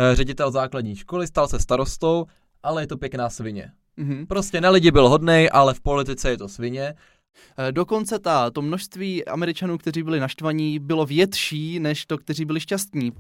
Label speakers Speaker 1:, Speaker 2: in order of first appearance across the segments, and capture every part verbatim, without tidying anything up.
Speaker 1: ředitel základní školy, stal se starostou, ale je to pěkná svině. Mm-hmm. Prostě na lidi byl hodnej, ale v politice je to svině.
Speaker 2: Dokonce ta, to množství Američanů, kteří byli naštvaní, bylo větší, než to, kteří byli šťastní.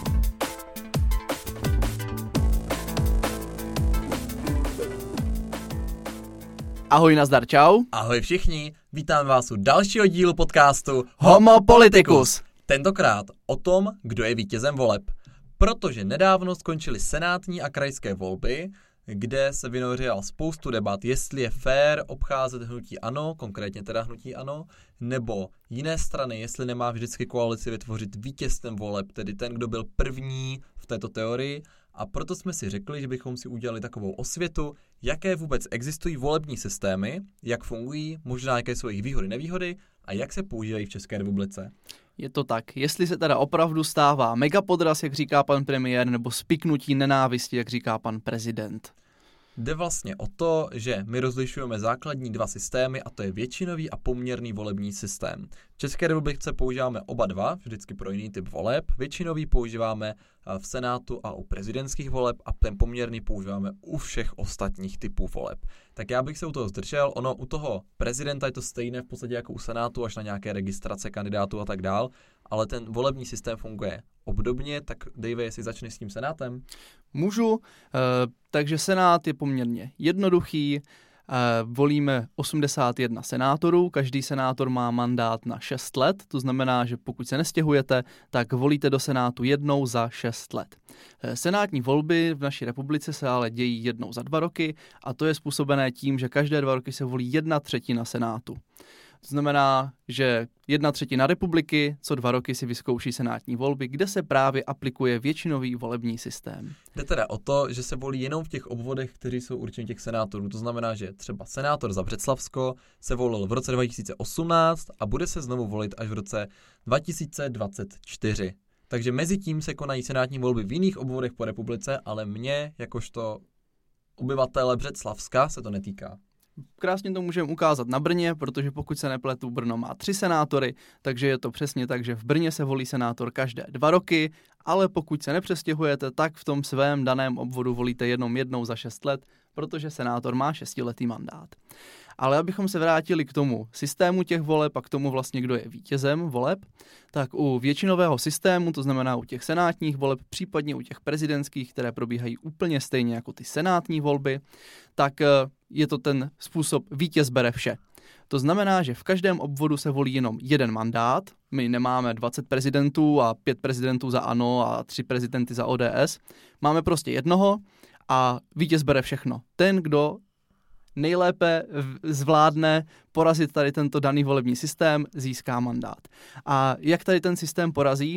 Speaker 2: Ahoj, nazdar, čau.
Speaker 1: Ahoj všichni, vítám vás u dalšího dílu podcastu
Speaker 2: Homo Politicus.
Speaker 1: Tentokrát o tom, kdo je vítězem voleb. Protože nedávno skončily senátní a krajské volby, kde se vynořila spoustu debat, jestli je fér obcházet hnutí ANO, konkrétně teda hnutí ANO, nebo jiné strany, jestli nemá vždycky koalici vytvořit vítězstvem voleb, tedy ten, kdo byl první v této teorii. A proto jsme si řekli, že bychom si udělali takovou osvětu, jaké vůbec existují volební systémy, jak fungují, možná jaké jsou jejich výhody, nevýhody a jak se používají v České republice.
Speaker 2: Je to tak. Jestli se teda opravdu stává megapodraz, jak říká pan premiér, nebo spiknutí nenávisti, jak říká pan prezident.
Speaker 1: Jde vlastně o to, že my rozlišujeme základní dva systémy a to je většinový a poměrný volební systém. V České republice používáme oba dva, vždycky pro jiný typ voleb. Většinový používáme v Senátu a u prezidentských voleb a ten poměrný používáme u všech ostatních typů voleb. Tak já bych se u toho zdržel, ono u toho prezidenta je to stejné v podstatě jako u Senátu, až na nějaké registrace kandidátů a tak dál, ale ten volební systém funguje obdobně, tak Dave, jestli začneš s tím Senátem?
Speaker 2: Můžu, takže Senát je poměrně jednoduchý, volíme osmdesát jedna senátorů, každý senátor má mandát na šest let, to znamená, že pokud se nestěhujete, tak volíte do Senátu jednou za šest let. Senátní volby v naší republice se ale dějí jednou za dva roky a to je způsobené tím, že každé dva roky se volí jedna třetina Senátu. To znamená, že jedna třetina republiky co dva roky si vyzkouší senátní volby, kde se právě aplikuje většinový volební systém.
Speaker 1: Jde teda o to, že se volí jenom v těch obvodech, kteří jsou určeni těch senátorů. To znamená, že třeba senátor za Břeclavsko se volil v roce dva tisíce osmnáct a bude se znovu volit až v roce dva tisíce dvacet čtyři. Takže mezi tím se konají senátní volby v jiných obvodech po republice, ale mě, jakožto obyvatele Břeclavska, se to netýká.
Speaker 2: Krásně to můžeme ukázat na Brně, protože pokud se nepletu, Brno má tři senátory, takže je to přesně tak, že v Brně se volí senátor každé dva roky, ale pokud se nepřestěhujete, tak v tom svém daném obvodu volíte jednou jednou za šest let, protože senátor má šestiletý mandát. Ale abychom se vrátili k tomu systému těch voleb a k tomu vlastně, kdo je vítězem voleb, tak u většinového systému, to znamená u těch senátních voleb, případně u těch prezidentských, které probíhají úplně stejně jako ty senátní volby, tak je to ten způsob vítěz bere vše. To znamená, že v každém obvodu se volí jenom jeden mandát, my nemáme dvacet prezidentů a pět prezidentů za ANO a tři prezidenty za O D S, máme prostě jednoho a vítěz bere všechno. Ten, kdo nejlépe zvládne porazit tady tento daný volební systém, získá mandát. A jak tady ten systém porazí?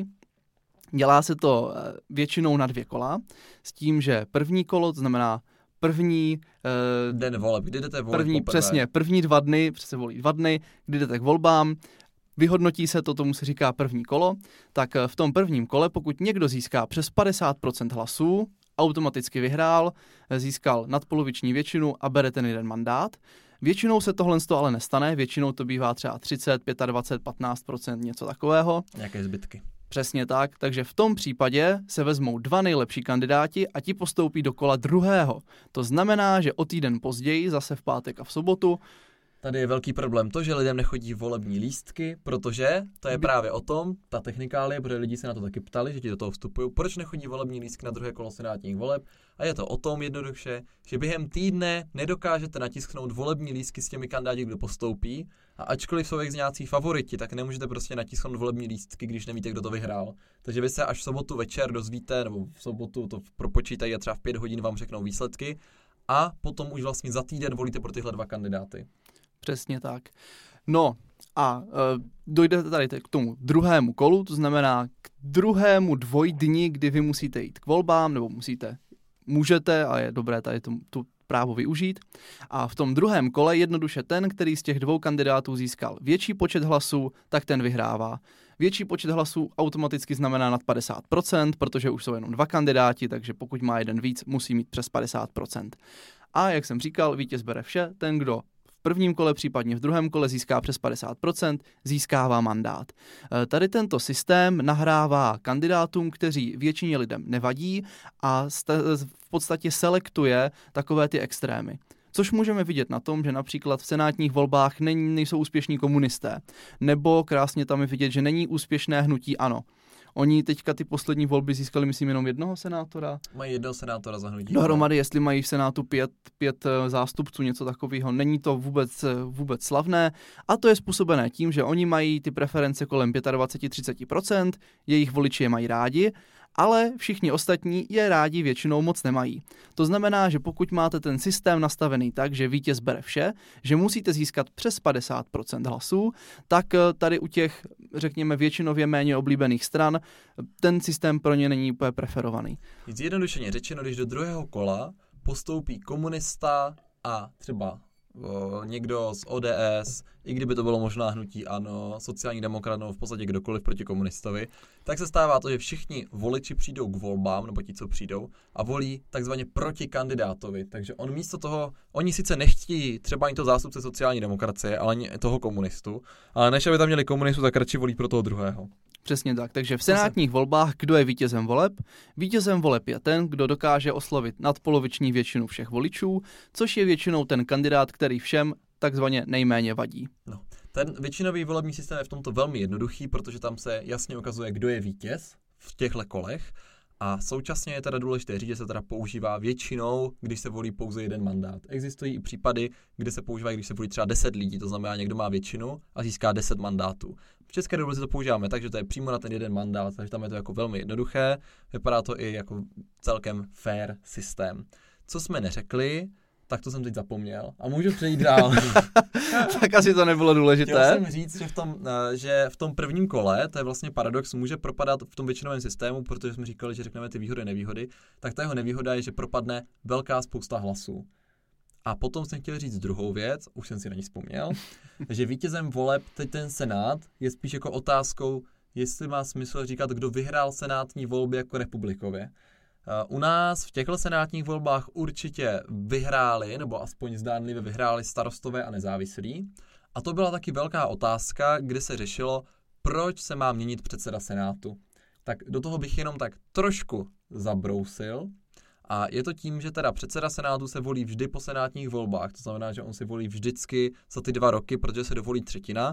Speaker 2: Dělá se to většinou na dvě kola, s tím, že první kolo, to znamená první
Speaker 1: uh, den voleb, kdy jdete volit
Speaker 2: první,
Speaker 1: poprvé.
Speaker 2: Přesně, první dva dny, přesně volí dva dny, kdy jdete k volbám, vyhodnotí se to, tomu se říká první kolo, tak v tom prvním kole, pokud někdo získá přes padesát procent hlasů, automaticky vyhrál, získal nadpoloviční většinu a bere ten jeden mandát. Většinou se tohle ale nestane, většinou to bývá třeba třicet, dvacet pět, patnáct procent, něco takového.
Speaker 1: Nějaké zbytky.
Speaker 2: Přesně tak, takže v tom případě se vezmou dva nejlepší kandidáti a ti postoupí do kola druhého. To znamená, že o týden později, zase v pátek a v sobotu,
Speaker 1: tady je velký problém to, že lidem nechodí volební lístky, protože to je právě o tom, ta technikálie, protože lidi se na to taky ptali, že ti do toho vstupují, proč nechodí volební lístky na druhé kolo senátních voleb a je to o tom jednoduše, že během týdne nedokážete natisknout volební lístky s těmi kandidáti, kdo postoupí a ačkoliv jsou nějací favoriti, tak nemůžete prostě natisknout volební lístky, když nevíte, kdo to vyhrál. Takže vy se až v sobotu večer dozvíte, nebo v sobotu to propočítají a třeba v pět hodin vám řeknou výsledky a potom už vlastně za týden volíte pro tyhle dva kandidáty.
Speaker 2: Přesně tak. No a e, dojdete tady k tomu druhému kolu, to znamená k druhému dvojdni, kdy vy musíte jít k volbám, nebo musíte, můžete a je dobré tady tu, tu právo využít. A v tom druhém kole jednoduše ten, který z těch dvou kandidátů získal větší počet hlasů, tak ten vyhrává. Větší počet hlasů automaticky znamená nad padesát procent, protože už jsou jenom dva kandidáti, takže pokud má jeden víc, musí mít přes padesát procent. A jak jsem říkal, vítěz bere vše, ten, kdo v prvním kole, případně v druhém kole získá přes padesát procent, získává mandát. Tady tento systém nahrává kandidátům, kteří většině lidem nevadí a v podstatě selektuje takové ty extrémy. Což můžeme vidět na tom, že například v senátních volbách není, nejsou úspěšní komunisté, nebo krásně tam je vidět, že není úspěšné hnutí ANO. Oni teďka ty poslední volby získali, myslím, jenom jednoho senátora.
Speaker 1: Mají jednoho senátora za hnutí.
Speaker 2: Dohromady, jestli mají v Senátu pět, pět zástupců, něco takového, není to vůbec, vůbec slavné. A to je způsobené tím, že oni mají ty preference kolem dvacet pět až třicet procent, jejich voliči je mají rádi, ale všichni ostatní je rádi většinou moc nemají. To znamená, že pokud máte ten systém nastavený tak, že vítěz bere vše, že musíte získat přes padesát procent hlasů, tak tady u těch, řekněme, většinově méně oblíbených stran, ten systém pro ně není úplně preferovaný.
Speaker 1: Zjednodušeně řečeno, když do druhého kola postoupí komunista a třeba o, někdo z O D S, i kdyby to bylo možná hnutí ANO, sociální demokrat, nebo v podstatě kdokoliv proti komunistovi, tak se stává to, že všichni voliči přijdou k volbám, nebo ti, co přijdou, a volí takzvaně proti kandidátovi. Takže on místo toho, oni sice nechtějí třeba ani to zástupce sociální demokracie, ale ani toho komunistu, ale než aby tam měli komunistu, tak radši volí pro toho druhého.
Speaker 2: Přesně tak, takže v senátních volbách kdo je vítězem voleb? Vítězem voleb je ten, kdo dokáže oslovit nadpoloviční většinu všech voličů, což je většinou ten kandidát, který všem takzvaně nejméně vadí.
Speaker 1: No, ten většinový volební systém je v tomto velmi jednoduchý, protože tam se jasně ukazuje, kdo je vítěz v těchto kolech. A současně je teda důležité říct, že se teda používá většinou, když se volí pouze jeden mandát. Existují i případy, kde se používá, když se volí třeba deset lidí, to znamená, někdo má většinu a získá deset mandátů. V České republice to používáme tak, že to je přímo na ten jeden mandát, takže tam je to jako velmi jednoduché, vypadá to i jako celkem fair systém. Co jsme neřekli, tak to jsem teď zapomněl a můžu přejít dál.
Speaker 2: Tak asi to nebylo důležité.
Speaker 1: Chtěl jsem říct, že v, tom, že v tom prvním kole, to je vlastně paradox, může propadat v tom většinovém systému, protože jsme říkali, že řekneme ty výhody a nevýhody, tak ta jeho nevýhoda je, že propadne velká spousta hlasů. A potom jsem chtěl říct druhou věc, už jsem si na ní vzpomněl, že vítězem voleb teď ten senát je spíš jako otázkou, jestli má smysl říkat, kdo vyhrál senátní volby jako republikově. U nás v těchto senátních volbách určitě vyhráli, nebo aspoň zdánlivě vyhráli starostové a nezávislí. A to byla taky velká otázka, kdy se řešilo, proč se má měnit předseda senátu. Tak do toho bych jenom tak trošku zabrousil. A je to tím, že teda předseda senátu se volí vždy po senátních volbách. To znamená, že on si volí vždycky za ty dva roky, protože se dovolí třetina.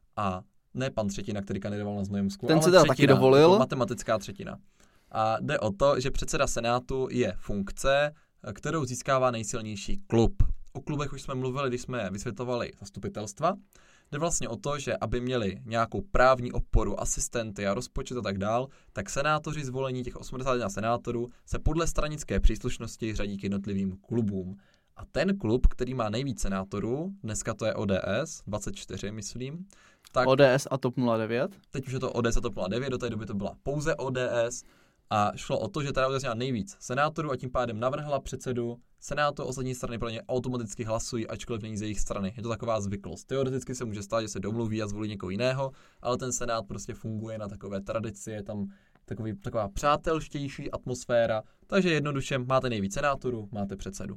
Speaker 1: A ne pan Třetina, který kandidoval na Znojemsku,
Speaker 2: ten
Speaker 1: ale
Speaker 2: se teda
Speaker 1: třetina,
Speaker 2: taky dovolil.
Speaker 1: Jako matematická třetina. A jde o to, že předseda senátu je funkce, kterou získává nejsilnější klub. O klubech už jsme mluvili, když jsme vysvětlovali zastupitelstva. Jde vlastně o to, že aby měli nějakou právní oporu, asistenty a rozpočet a tak dál, tak senátoři zvolení těch osmdesát jedna senátorů se podle stranické příslušnosti řadí k jednotlivým klubům. A ten klub, který má nejvíc senátorů, dneska to je O D S, dvacet čtyři myslím. Tak
Speaker 2: O D S a TOP nula devět.
Speaker 1: Teď už je to O D S a TOP nula devět, do té doby to byla pouze O D S. A šlo o to, že teda O D S měla nejvíc senátorů a tím pádem navrhla předsedu senátu, ostatní strany pro ně automaticky hlasují, ačkoliv není z jejich strany. Je to taková zvyklost. Teoreticky se může stát, že se domluví a zvolí někoho jiného, ale ten senát prostě funguje na takové tradici, je tam takový, taková přátelštější atmosféra, takže jednoduše máte nejvíc senátorů, máte předsedu.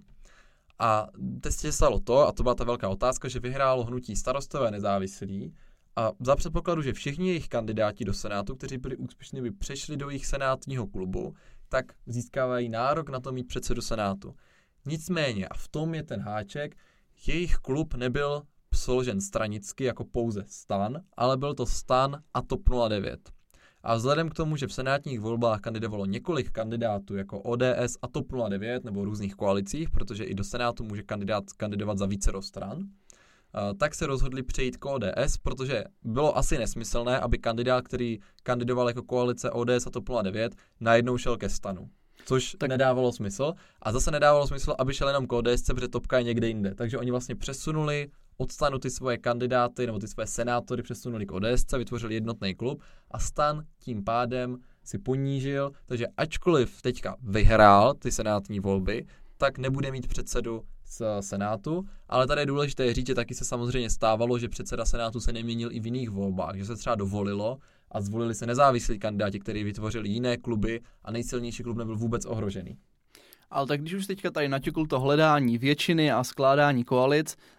Speaker 1: A teď se stalo to, a to byla ta velká otázka, že vyhrálo hnutí Starostové nezávislí. A za předpokladu, že všichni jejich kandidáti do senátu, kteří byli úspěšní, by přešli do jejich senátního klubu, tak získávají nárok na to mít předsedu senátu. Nicméně, a v tom je ten háček, jejich klub nebyl složen stranicky jako pouze STAN, ale byl to STAN a TOP nula devět. A vzhledem k tomu, že v senátních volbách kandidovalo několik kandidátů jako O D S a TOP nula devět nebo různých koalicích, protože i do senátu může kandidát kandidovat za vícero stran, tak se rozhodli přejít k O D S, protože bylo asi nesmyslné, aby kandidát, který kandidoval jako koalice O D S a TOP nula devět, najednou šel ke STANu. Což tak nedávalo smysl. A zase nedávalo smysl, aby šel jenom k O D S, protože topka je někde jinde. Takže oni vlastně přesunuli od STANu ty svoje kandidáty nebo ty své senátory přesunuli k O D S, vytvořili jednotný klub a STAN tím pádem si ponížil, takže ačkoliv teďka vyhrál ty senátní volby, tak nebude mít předsedu z senátu, ale tady je důležité říct, že taky se samozřejmě stávalo, že předseda senátu se neměnil i v jiných volbách, že se třeba dovolilo a zvolili se nezávislí kandidáti, kteří vytvořili jiné kluby a nejsilnější klub nebyl vůbec ohrožený.
Speaker 2: Ale tak když už teďka tady naťukl to hledání většiny a skládání koalic,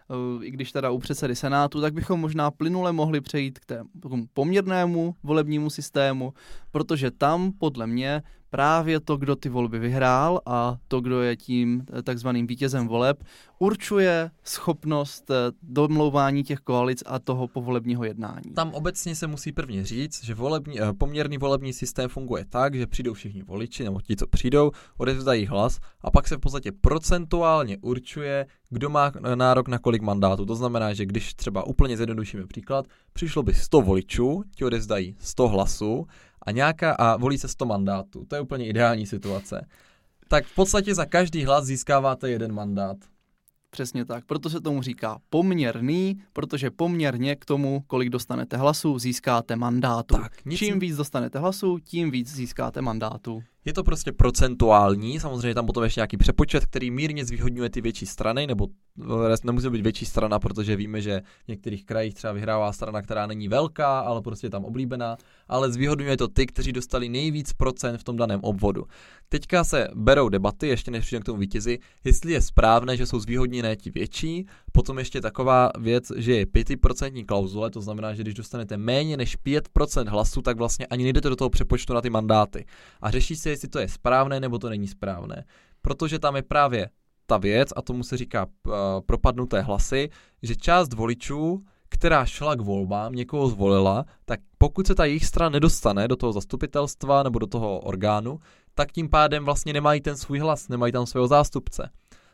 Speaker 2: i když teda u předsedy Senátu, tak bychom možná plynule mohli přejít k té poměrnému volebnímu systému, protože tam podle mě právě to, kdo ty volby vyhrál a to, kdo je tím takzvaným vítězem voleb, určuje schopnost domlouvání těch koalic a toho povolebního jednání.
Speaker 1: Tam obecně se musí prvně říct, že volební, poměrný volební systém funguje tak, že přijdou všichni voliči, nebo ti, co přijdou, odevzdají hlas a pak se v podstatě procentuálně určuje, kdo má nárok na kolik mandátů. To znamená, že když třeba úplně zjednodušíme příklad, přišlo by sto voličů, ti odevzdají sto hlasů a nějaká a volí se sto mandátů. To je úplně ideální situace. Tak v podstatě za každý hlas získáváte jeden mandát.
Speaker 2: Přesně tak, proto se tomu říká poměrný, protože poměrně k tomu, kolik dostanete hlasů, získáte mandátu.
Speaker 1: Tak,
Speaker 2: Čím víc dostanete hlasů, tím víc získáte mandátu.
Speaker 1: Je to prostě procentuální, samozřejmě tam potom ještě nějaký přepočet, který mírně zvýhodňuje ty větší strany, nebo nemusí být větší strana, protože víme, že v některých krajích třeba vyhrává strana, která není velká, ale prostě je tam oblíbená, ale zvýhodňuje to ty, kteří dostali nejvíc procent v tom daném obvodu. Teďka se berou debaty, ještě než přijde k tomu vítězi, jestli je správné, že jsou zvýhodněné ti větší, potom ještě taková věc, že je pětiprocentní klauzule, to znamená, že když dostanete méně než pět procent hlasů, tak vlastně ani nejdete do toho přepočtu na ty mandáty. A řeší se, jestli to je správné nebo to není správné. Protože tam je právě ta věc, a tomu se říká uh, propadnuté hlasy, že část voličů, která šla k volbám, někoho zvolila, tak pokud se ta jejich strana nedostane do toho zastupitelstva nebo do toho orgánu, tak tím pádem vlastně nemají ten svůj hlas, nemají tam svého zástupce.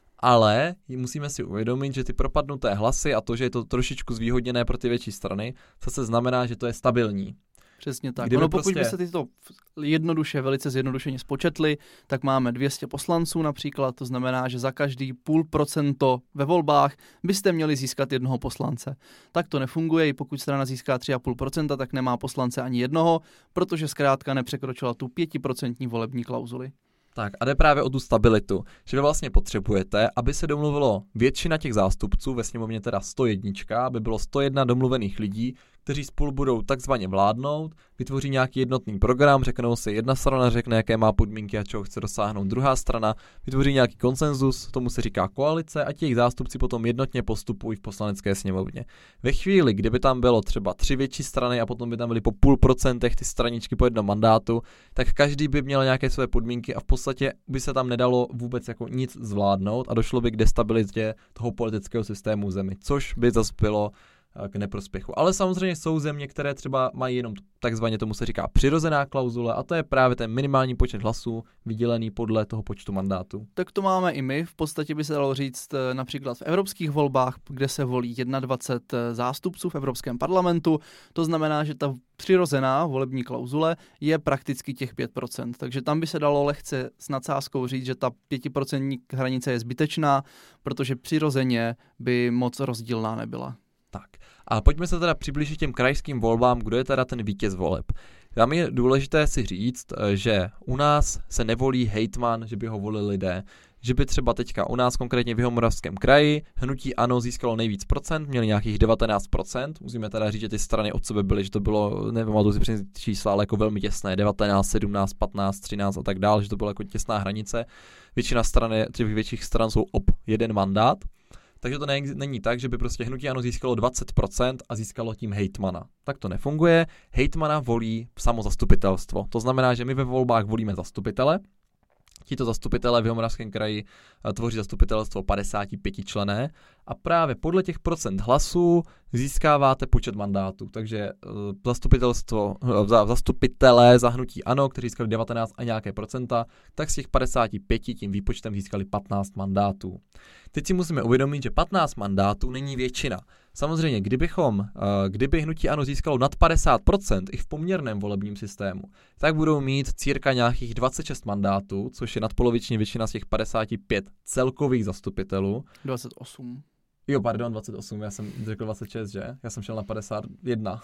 Speaker 1: Ale musíme si uvědomit, že ty propadnuté hlasy a to, že je to trošičku zvýhodněné pro ty větší strany, zase znamená, že to je stabilní.
Speaker 2: Přesně tak.
Speaker 1: Kdyby
Speaker 2: Ono, pokud
Speaker 1: prostě...
Speaker 2: by se tyto jednoduše, velice zjednodušeně spočetli, tak máme dvě stě poslanců například, to znamená, že za každý půl procento ve volbách byste měli získat jednoho poslance. Tak to nefunguje, i pokud strana získá tři celá pět procenta, tak nemá poslance ani jednoho, protože zkrátka nepřekročila tu pětiprocentní volební klauzuli.
Speaker 1: Tak a jde právě o tu stabilitu, že vy vlastně potřebujete, aby se domluvilo většina těch zástupců, ve sněmovně teda sto jedna, aby bylo sto jedna domluvených lidí, kteří spolu budou takzvaně vládnout, vytvoří nějaký jednotný program, řeknou si, jedna strana řekne, jaké má podmínky a čeho chce dosáhnout druhá strana, vytvoří nějaký konsenzus, tomu se říká koalice a těch zástupci potom jednotně postupují v poslanecké sněmovně. Ve chvíli, kdyby tam bylo třeba tři větší strany a potom by tam byly po půl procentech ty straničky po jednom mandátu, tak každý by měl nějaké své podmínky a v podstatě by se tam nedalo vůbec jako nic zvládnout a došlo by k destabilitě toho politického systému v zemi, což by zase bylo k neprospěchu. Ale samozřejmě jsou země, které třeba mají jenom takzvaně, tomu se říká přirozená klauzule a to je právě ten minimální počet hlasů vydělený podle toho počtu mandátů.
Speaker 2: Tak to máme i my, v podstatě by se dalo říct například v evropských volbách, kde se volí dvacet jedna zástupců v Evropském parlamentu, to znamená, že ta přirozená volební klauzule je prakticky těch pět procent, takže tam by se dalo lehce s nadsázkou říct, že ta pětiprocentní hranice je zbytečná, protože přirozeně by moc rozdílná nebyla.
Speaker 1: Tak. A pojďme se teda přiblížit těm krajským volbám, kdo je teda ten vítěz voleb. Tam je důležité si říct, že u nás se nevolí hejtman, že by ho volili lidé. Že by třeba teďka u nás konkrétně v Jihomoravském kraji hnutí ANO získalo nejvíc procent, měli nějakých devatenáct procent. Musíme teda říct, že ty strany od sebe byly, že to bylo, nevím, si přesně čísla, ale jako velmi těsné, devatenáct, sedmnáct, patnáct, třináct a tak dále, že to byla jako těsná hranice. Většina stran, těch větších stran jsou ob jeden mandát. Takže to ne, není tak, že by prostě hnutí ANO získalo dvacet procent a získalo tím hejtmana. Tak to nefunguje. Hejtmana volí samo zastupitelstvo. To znamená, že my ve volbách volíme zastupitele. Tito zastupitelé v Jihomoravském kraji tvoří zastupitelstvo padesát pět členné a právě podle těch procent hlasů získáváte počet mandátů. Takže zastupitelstvo, zastupitelé za hnutí ANO, kteří získali devatenáct a nějaké procenta, tak z těch padesát pět tím výpočtem získali patnáct mandátů. Teď si musíme uvědomit, že patnáct mandátů není většina. Samozřejmě, kdybychom, kdyby hnutí ANO získalo nad padesát procent i v poměrném volebním systému, tak budou mít cirka nějakých dvacet šest mandátů, což je nadpoloviční většina z těch padesát pět celkových zastupitelů.
Speaker 2: dvacet osm.
Speaker 1: Jo, pardon, dvacet osm, já jsem řekl dvacet šest, že? Já jsem šel na padesát jedna.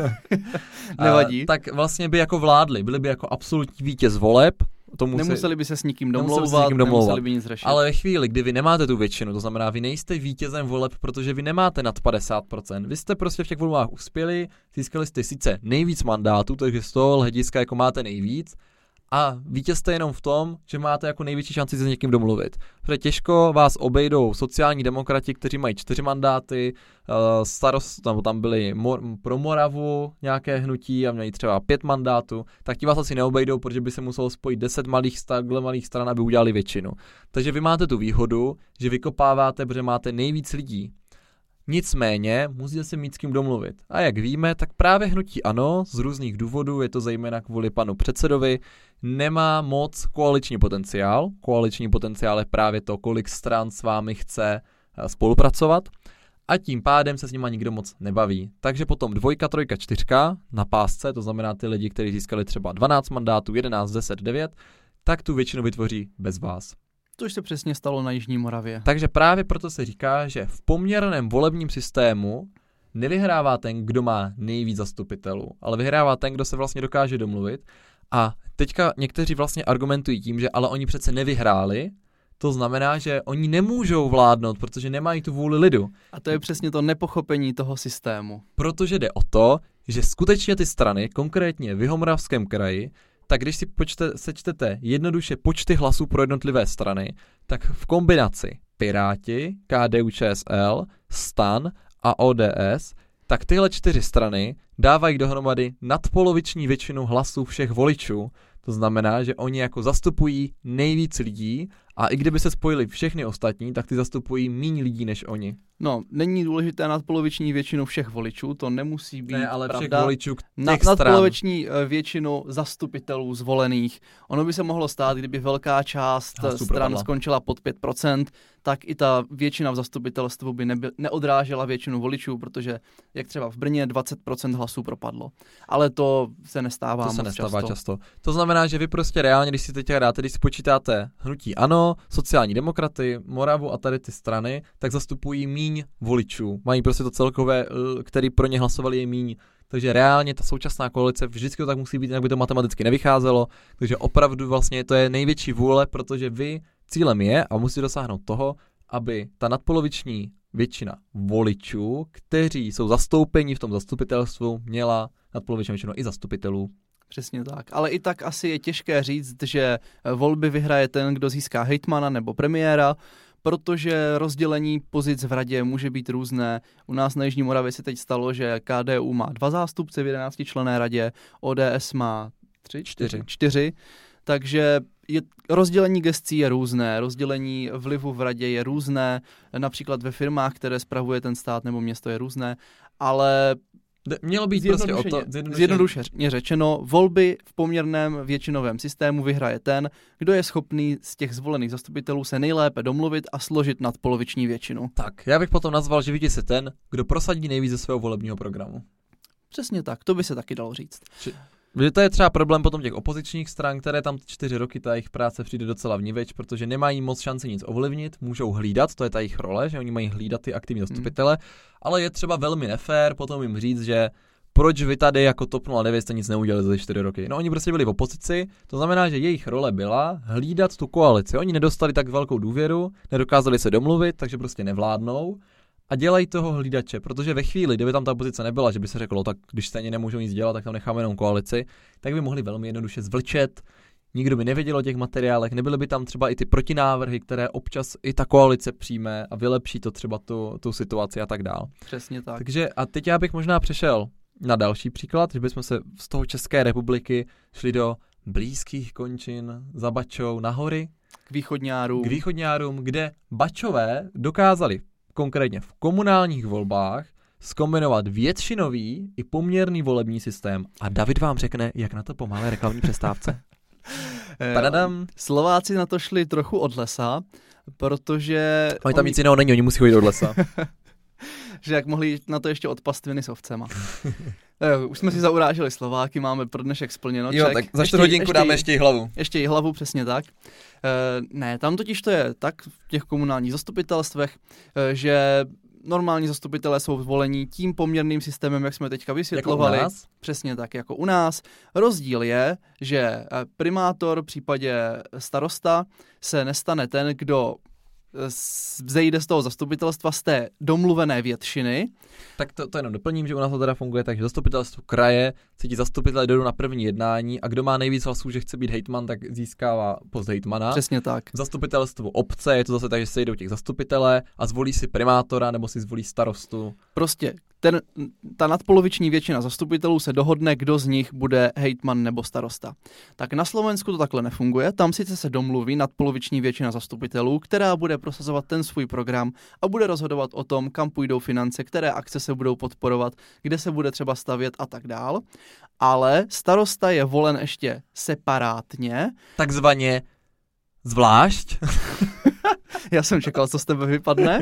Speaker 2: Nevadí.
Speaker 1: A, tak vlastně by jako vládli, byli by jako absolutní vítěz voleb.
Speaker 2: Tomu nemuseli by se s nikým domlouvat,
Speaker 1: s nikým domlouvat,
Speaker 2: nemuseli by nic řešit.
Speaker 1: Ale ve chvíli, kdy vy nemáte tu většinu, to znamená, vy nejste vítězem voleb, protože vy nemáte nad padesát procent. Vy jste prostě v těch volbách uspěli, získali jste sice nejvíc mandátů, takže z toho hlediska jako máte nejvíc, a vítězte jenom v tom, že máte jako největší šanci se s někým domluvit. Protože těžko vás obejdou sociální demokrati, kteří mají čtyři mandáty, starost, nebo tam byli mor- pro Moravu nějaké hnutí a měli třeba pět mandátů, tak ti vás asi neobejdou, protože by se muselo spojit deset malých, takhle malých stran, aby udělali většinu. Takže vy máte tu výhodu, že vykopáváte, protože máte nejvíc lidí. Nicméně musíte se mít s kým domluvit. A jak víme, tak právě hnutí ANO z různých důvodů, je to zejména kvůli panu předsedovi, nemá moc koaliční potenciál. Koaliční potenciál je právě to, kolik stran s vámi chce spolupracovat a tím pádem se s nima nikdo moc nebaví. Takže potom dvojka, trojka, čtyřka na pásce, to znamená ty lidi, kteří získali třeba dvanáct mandátů, jedenáct, deset, devět, tak tu většinu vytvoří bez vás.
Speaker 2: Což se přesně stalo na Jižní Moravě.
Speaker 1: Takže právě proto se říká, že v poměrném volebním systému nevyhrává ten, kdo má nejvíc zastupitelů, ale vyhrává ten, kdo se vlastně dokáže domluvit. A teďka někteří vlastně argumentují tím, že ale oni přece nevyhráli, to znamená, že oni nemůžou vládnout, protože nemají tu vůli lidu.
Speaker 2: A to je přesně to nepochopení toho systému.
Speaker 1: Protože jde o to, že skutečně ty strany, konkrétně v Jihomoravském kraji, tak když si počte, sečtete jednoduše počty hlasů pro jednotlivé strany, tak v kombinaci Piráti, K D U Č S L, STAN a O D S, tak tyhle čtyři strany dávají dohromady nadpoloviční většinu hlasů všech voličů. To znamená, že oni jako zastupují nejvíc lidí a i kdyby se spojili všechny ostatní, tak ty zastupují méně lidí než oni.
Speaker 2: No, není důležité nadpoloviční většinu všech voličů, to nemusí být
Speaker 1: ne, ale
Speaker 2: pravda.
Speaker 1: Všech voličů těch
Speaker 2: Na,
Speaker 1: stran.
Speaker 2: Nadpoloviční většinu zastupitelů zvolených. Ono by se mohlo stát, kdyby velká část
Speaker 1: Hlasů
Speaker 2: stran
Speaker 1: propadla.
Speaker 2: skončila pod pět procent, tak i ta většina v zastupitelstvu by nebyl, neodrážela většinu voličů, protože jak třeba v Brně dvacet procent hlasů propadlo. Ale to se nestává
Speaker 1: To
Speaker 2: moc
Speaker 1: se nestává
Speaker 2: často.
Speaker 1: často. To znamená, že vy prostě reálně, když si teď dáte, když si počítáte hnutí ANO, sociální demokraty, Moravu a tady ty strany, tak zastupují míň voličů. Mají prostě to celkové, který pro ně hlasovali, je míň. Takže reálně ta současná koalice vždycky to tak musí být, jinak by to matematicky nevycházelo. Takže opravdu vlastně to je největší vůle, protože vy cílem je a musí dosáhnout toho, aby ta nadpoloviční většina voličů, kteří jsou zastoupeni v tom zastupitelstvu, měla nadpoloviční většinu i zastupitelů.
Speaker 2: Přesně tak. Ale i tak asi je těžké říct, že volby vyhraje ten, kdo získá hejtmana nebo premiéra, protože rozdělení pozic v radě může být různé. U nás na Jižní Moravě se teď stalo, že K D U má dva zástupce v jedenáctičlenné radě, O D S má tři, čtyři, čtyři. Takže je, rozdělení gescí je různé, rozdělení vlivu v radě je různé, například ve firmách, které spravuje ten stát nebo město je různé, ale
Speaker 1: mělo být prostě o to,
Speaker 2: zjednodušeně řečeno, volby v poměrném většinovém systému vyhraje ten, kdo je schopný z těch zvolených zastupitelů se nejlépe domluvit a složit nadpoloviční většinu.
Speaker 1: Tak, já bych potom nazval, že vítěz je ten, kdo prosadí nejvíc ze svého volebního programu.
Speaker 2: Přesně tak, to by se taky dalo říct.
Speaker 1: Či... Že to je třeba problém potom těch opozičních stran, které tam čtyři roky ta jejich práce přijde docela vniveč, protože nemají moc šanci nic ovlivnit, můžou hlídat, to je ta jejich role, že oni mají hlídat ty aktivní zastupitele, hmm. ale je třeba velmi nefér potom jim říct, že proč vy tady jako TOP nula devět jste nic neudělali za čtyři roky. No oni prostě byli v opozici, to znamená, že jejich role byla hlídat tu koalici. Oni nedostali tak velkou důvěru, nedokázali se domluvit, takže prostě nevládnou. A dělají toho hlídače, protože ve chvíli, kdyby tam ta pozice nebyla, že by se řeklo, tak když stejně nemůžou nic dělat, tak tam necháme jenom koalici, tak by mohli velmi jednoduše zvlčet, nikdo by nevěděl o těch materiálech, nebyly by tam třeba i ty protinávrhy, které občas i ta koalice přijme a vylepší to třeba tu, tu situaci a tak dál.
Speaker 2: Přesně tak.
Speaker 1: Takže a teď já bych možná přešel na další příklad, že bychom se z toho České republiky šli do blízkých končin za Bačou na hory.
Speaker 2: K východňárům.
Speaker 1: K východňárům, kde Bačové dokázali konkrétně v komunálních volbách zkombinovat většinový i poměrný volební systém. A David vám řekne, jak na to po malé reklamní přestávce. Padadam.
Speaker 2: Slováci na to šli trochu od lesa, protože...
Speaker 1: Oni tam oni... nic jiného není, oni musí chodit od lesa.
Speaker 2: Že jak mohli jít na to ještě od pastviny s ovcema. Už jsme si zaurážili Slováky, máme pro dnešek splněno.
Speaker 1: Jo, tak za čtvrt hodinku ještě, dáme ještě i hlavu.
Speaker 2: Ještě i hlavu, přesně tak. E, ne, tam totiž to je tak v těch komunálních zastupitelstvech, e, že normální zastupitelé jsou zvolení tím poměrným systémem, jak jsme teďka vysvětlovali.
Speaker 1: Jako u nás?
Speaker 2: Přesně tak, jako u nás. Rozdíl je, že primátor v případě starosta se nestane ten, kdo vzejde z toho zastupitelstva z té domluvené většiny.
Speaker 1: Tak to, to jenom doplním, že u nás to teda funguje tak, že zastupitelstvo kraje, si ti zastupitelé jdou na první jednání a kdo má nejvíc hlasů, že chce být hejtman, tak získává post hejtmana.
Speaker 2: Přesně tak.
Speaker 1: V zastupitelstvu obce je to zase tak, že se jdou těch zastupitelé a zvolí si primátora nebo si zvolí starostu.
Speaker 2: Prostě ten, ta nadpoloviční většina zastupitelů se dohodne, kdo z nich bude hejtman nebo starosta. Tak na Slovensku to takhle nefunguje, tam sice se domluví nadpoloviční většina zastupitelů, která bude prosazovat ten svůj program a bude rozhodovat o tom, kam půjdou finance, které akce se budou podporovat, kde se bude třeba stavět a tak dál. Ale starosta je volen ještě separátně.
Speaker 1: Takzvaně zvlášť.
Speaker 2: Já jsem čekal, co z tebe vypadne.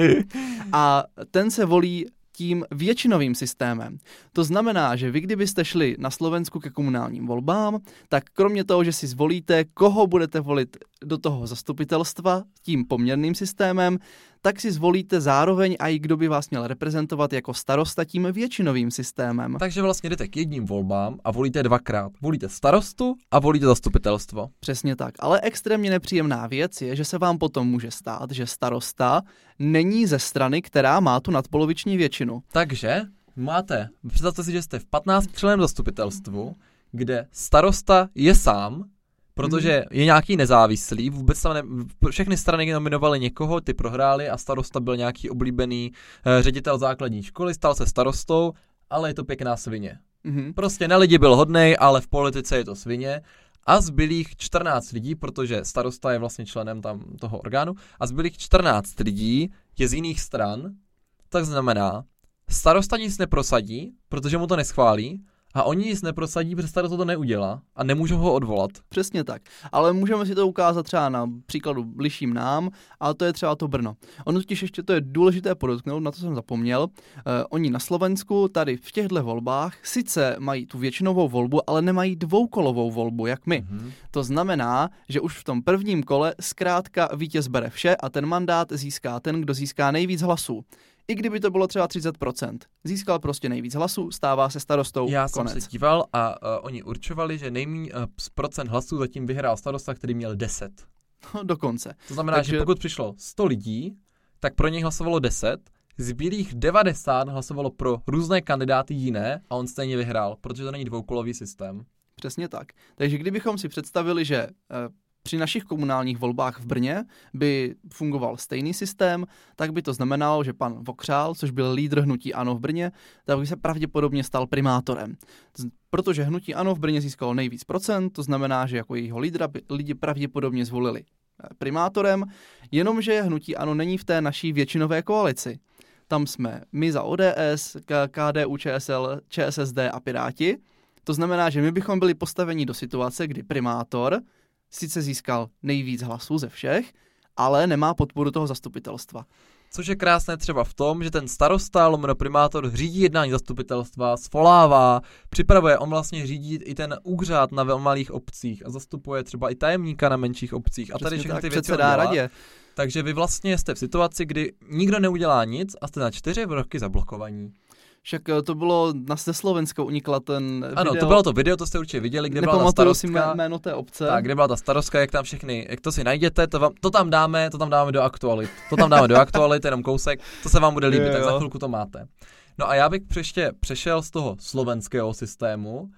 Speaker 2: A ten se volí tím většinovým systémem. To znamená, že vy kdybyste šli na Slovensku ke komunálním volbám, tak kromě toho, že si zvolíte, koho budete volit do toho zastupitelstva tím poměrným systémem, tak si zvolíte zároveň i kdo by vás měl reprezentovat jako starosta tím většinovým systémem.
Speaker 1: Takže vlastně jdete k jedním volbám a volíte dvakrát. Volíte starostu a volíte zastupitelstvo.
Speaker 2: Přesně tak. Ale extrémně nepříjemná věc je, že se vám potom může stát, že starosta není ze strany, která má tu nadpoloviční většinu.
Speaker 1: Takže máte, představte si, že jste v patnáctičlenném zastupitelstvu, kde starosta je sám, protože je nějaký nezávislý, vůbec tam ne, všechny strany nominovaly někoho, ty prohráli a starosta byl nějaký oblíbený eh, ředitel základní školy, stal se starostou, ale je to pěkná svině.
Speaker 2: Mm-hmm.
Speaker 1: Prostě na lidi byl hodnej, ale v politice je to svině. A zbylých čtrnáct lidí, protože starosta je vlastně členem tam toho orgánu, a zbylých čtrnáct lidí je z jiných stran, tak znamená, starosta nic neprosadí, protože mu to neschválí, a oni nic neprosadí, protože starosta to neudělá a nemůžou ho odvolat.
Speaker 2: Přesně tak. Ale můžeme si to ukázat třeba na příkladu bližším nám, ale to je třeba to Brno. Ono totiž ještě to je důležité podotknout, na to jsem zapomněl. Eh, oni na Slovensku tady v těchto volbách sice mají tu většinovou volbu, ale nemají dvoukolovou volbu, jak my. Mm-hmm. To znamená, že už v tom prvním kole zkrátka vítěz bere vše a ten mandát získá ten, kdo získá nejvíc hlasů. I kdyby to bylo třeba třicet procent. Získal prostě nejvíc hlasů, stává se starostou.
Speaker 1: Já
Speaker 2: konec.
Speaker 1: jsem se díval a uh, oni určovali, že nejméně uh, z procent hlasů zatím vyhrál starosta, který měl deset.
Speaker 2: No, dokonce.
Speaker 1: To znamená, Takže... že pokud přišlo sto lidí, tak pro něj hlasovalo deset, zbylých devadesát hlasovalo pro různé kandidáty jiné a on stejně vyhrál, protože to není dvoukolový systém.
Speaker 2: Přesně tak. Takže kdybychom si představili, že uh, při našich komunálních volbách v Brně by fungoval stejný systém, tak by to znamenalo, že pan Vokřál, což byl lídr hnutí ANO v Brně, tak by se pravděpodobně stal primátorem. Protože hnutí ANO v Brně získalo nejvíc procent, to znamená, že jako jejího lídra by lidi pravděpodobně zvolili primátorem, jenomže hnutí ANO není v té naší většinové koalici. Tam jsme my za O D S, K D U Č S L, Č S S D a Piráti. To znamená, že my bychom byli postaveni do situace, kdy primátor sice získal nejvíc hlasů ze všech, ale nemá podporu toho zastupitelstva.
Speaker 1: Což je krásné třeba v tom, že ten starosta, lomeno primátor, řídí jednání zastupitelstva, svolává, připravuje, on vlastně řídí i ten úřad na malých obcích a zastupuje třeba i tajemníka na menších obcích. A
Speaker 2: přesně
Speaker 1: tady všechny
Speaker 2: tak,
Speaker 1: ty věci
Speaker 2: předsedá radě.
Speaker 1: Takže vy vlastně jste v situaci, kdy nikdo neudělá nic a jste na čtyři roky zablokovaní.
Speaker 2: Však to bylo na Slovensko unikla ten
Speaker 1: Ano,
Speaker 2: video.
Speaker 1: to bylo to video, to jste určitě viděli, kde byla ta starostka.
Speaker 2: Si jméno té obce.
Speaker 1: Tak, kde byla ta starostka, jak tam všechny, jak to si najděte, to, vám, to tam dáme, to tam dáme do aktualit. To tam dáme do aktualit, jenom kousek, to se vám bude líbit, jo, tak za chvilku to máte. No a já bych ještě přešel z toho slovenského systému uh,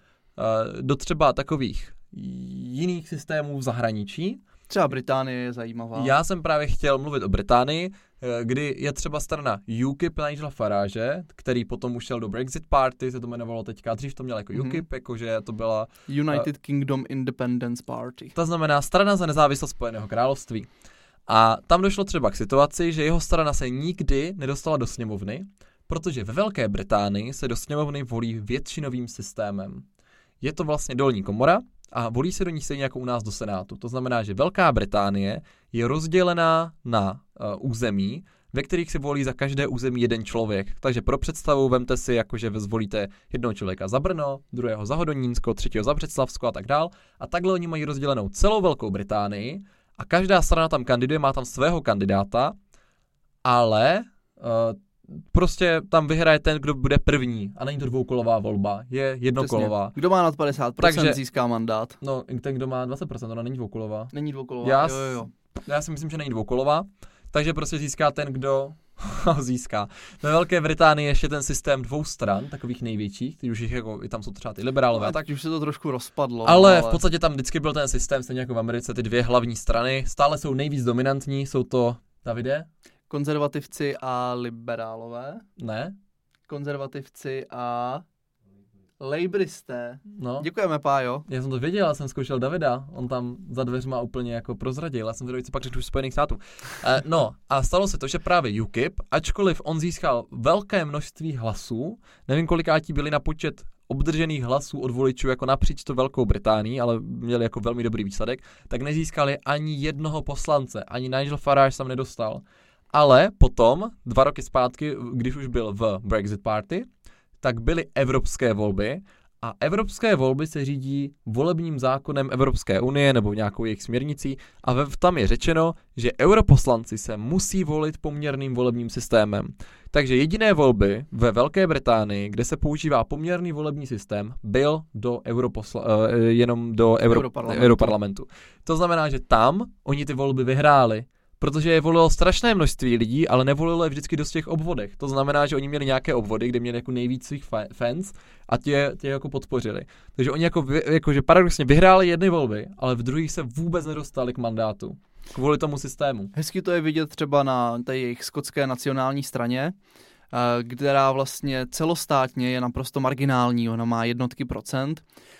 Speaker 1: do třeba takových jiných systémů v zahraničí.
Speaker 2: Třeba Británie je zajímavá.
Speaker 1: Já jsem právě chtěl mluvit o Británii, kdy je třeba strana U K I P Nigela Farage, který potom už šel do Brexit Party, se to jmenovalo teďka, dřív to měl jako mm-hmm. U K I P, jakože to byla
Speaker 2: United uh, Kingdom Independence Party.
Speaker 1: To znamená strana za nezávislost Spojeného království. A tam došlo třeba k situaci, že jeho strana se nikdy nedostala do sněmovny, protože ve Velké Británii se do sněmovny volí většinovým systémem. Je to vlastně dolní komora, a volí se do ní stejně jako u nás do Senátu. To znamená, že Velká Británie je rozdělená na uh, území, ve kterých se volí za každé území jeden člověk. Takže pro představu vemte si, jako že zvolíte jednoho člověka za Brno, druhého za Hodonínsko, třetího za Břeclavsko a tak dál. A takhle oni mají rozdělenou celou Velkou Británii a každá strana tam kandiduje, má tam svého kandidáta, ale uh, prostě tam vyhraje ten, kdo bude první a není to dvoukolová volba, je jednokolová.
Speaker 2: Přesně. Kdo má nad padesát procent,
Speaker 1: takže
Speaker 2: získá mandát.
Speaker 1: No, ten, kdo má dvacet procent, ona není dvoukolová.
Speaker 2: Není dvoukolová,
Speaker 1: já,
Speaker 2: jo, jo.
Speaker 1: Já si myslím, že není dvoukolová, takže prostě získá ten, kdo získá. Ve Velké Británii ještě ten systém dvou stran, takových největších, ty už jich jako, i tam jsou třeba ty liberálové.
Speaker 2: No,
Speaker 1: tak
Speaker 2: už se to trošku rozpadlo.
Speaker 1: Ale,
Speaker 2: ale
Speaker 1: v podstatě tam vždycky byl ten systém, stejně jako v Americe, ty dvě hlavní strany, stále jsou nejvíc dominantní, jsou to, Davide?
Speaker 2: Konzervativci a liberálové.
Speaker 1: Ne?
Speaker 2: Konzervativci a lejbristé.
Speaker 1: No.
Speaker 2: Děkujeme, Pájo.
Speaker 1: Já jsem to věděl, já jsem zkoušel Davida, on tam za dveřma úplně jako prozradil, já jsem to co pak řekl už Spojených států. Eh, no a stalo se to, že právě U K I P, ačkoliv on získal velké množství hlasů, nevím kolikátí byli na počet obdržených hlasů od voličů jako napříč to Velkou Británii, ale měli jako velmi dobrý výsledek, tak nezískali ani jednoho poslance, ani Nigel Farage tam nedostal. Ale potom, dva roky zpátky, když už byl v Brexit Party, tak byly evropské volby a evropské volby se řídí volebním zákonem Evropské unie nebo nějakou jejich směrnicí a ve, tam je řečeno, že europoslanci se musí volit poměrným volebním systémem. Takže jediné volby ve Velké Británii, kde se používá poměrný volební systém, byl do europosla, uh, jenom do Euro,
Speaker 2: Europarlamentu.
Speaker 1: Europarlamentu. To znamená, že tam oni ty volby vyhráli. Protože je volilo strašné množství lidí, ale nevolilo je vždycky dost těch obvodech. To znamená, že oni měli nějaké obvody, kde měli jako nejvíc svých fans a tě, tě jako podpořili. Takže oni jako, jako že paradoxně vyhráli jedny volby, ale v druhých se vůbec nedostali k mandátu. Kvůli tomu systému.
Speaker 2: Hezky to je vidět třeba na té jejich skotské nacionální straně, která vlastně celostátně je naprosto marginální, ona má jednotky procent,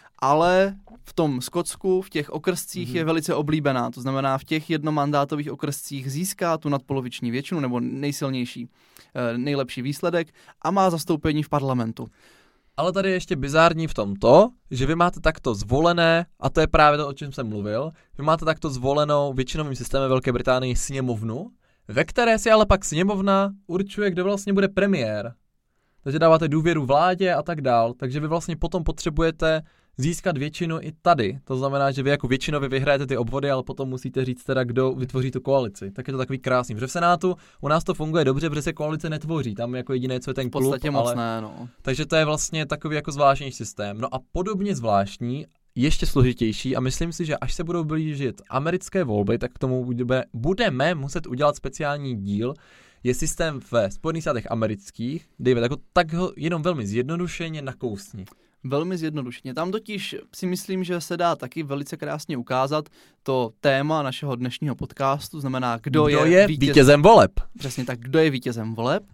Speaker 2: ale v tom Skotsku, v těch okrscích mm-hmm. je velice oblíbená, to znamená v těch jednomandátových okrscích získá tu nadpoloviční většinu nebo nejsilnější, nejlepší výsledek a má zastoupení v parlamentu.
Speaker 1: Ale tady je ještě bizární v tomto, že vy máte takto zvolené, a to je právě to, o čem jsem mluvil, vy máte takto zvolenou většinovým systémem Velké Británii sněmovnu, ve které si ale pak sněmovna určuje, kdo vlastně bude premiér. Takže dáváte důvěru vládě a tak dál, takže vy vlastně potom potřebujete získat většinu i tady. To znamená, že vy jako většinově vyhrajete ty obvody, ale potom musíte říct teda, kdo vytvoří tu koalici. Tak je to takový krásný. Protože v Senátu u nás to funguje dobře, protože se koalice netvoří. Tam jako jediné, co je ten klub.
Speaker 2: V podstatě moc
Speaker 1: ale...
Speaker 2: ne, no.
Speaker 1: Takže to je vlastně takový jako zvláštní systém. No a podobně zvláštní, ještě složitější a myslím si, že až se budou blížit americké volby, tak k tomu budeme muset udělat speciální díl. Je systém ve Spojených státech amerických. David, jako tak ho jenom velmi zjednodušeně nakousni.
Speaker 2: Velmi zjednodušeně. Tam totiž si myslím, že se dá taky velice krásně ukázat to téma našeho dnešního podcastu, znamená, kdo,
Speaker 1: kdo
Speaker 2: je,
Speaker 1: je
Speaker 2: vítěz...
Speaker 1: vítězem voleb.
Speaker 2: Přesně tak, kdo je vítězem voleb.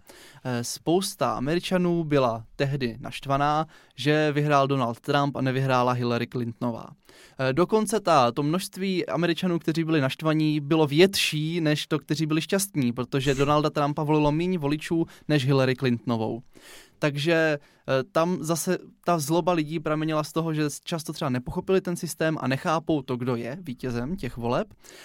Speaker 2: Spousta Američanů byla tehdy naštvaná, že vyhrál Donald Trump a nevyhrála Hillary Clintonová. Dokonce ta, to množství Američanů, kteří byli naštvaní, bylo větší než to, kteří byli šťastní, protože Donalda Trumpa volilo méně voličů než Hillary Clintonovou. Takže tam zase ta zloba lidí pramenila z toho, že často třeba nepochopili ten systém a nechápou to, kdo je vítězem těch voleb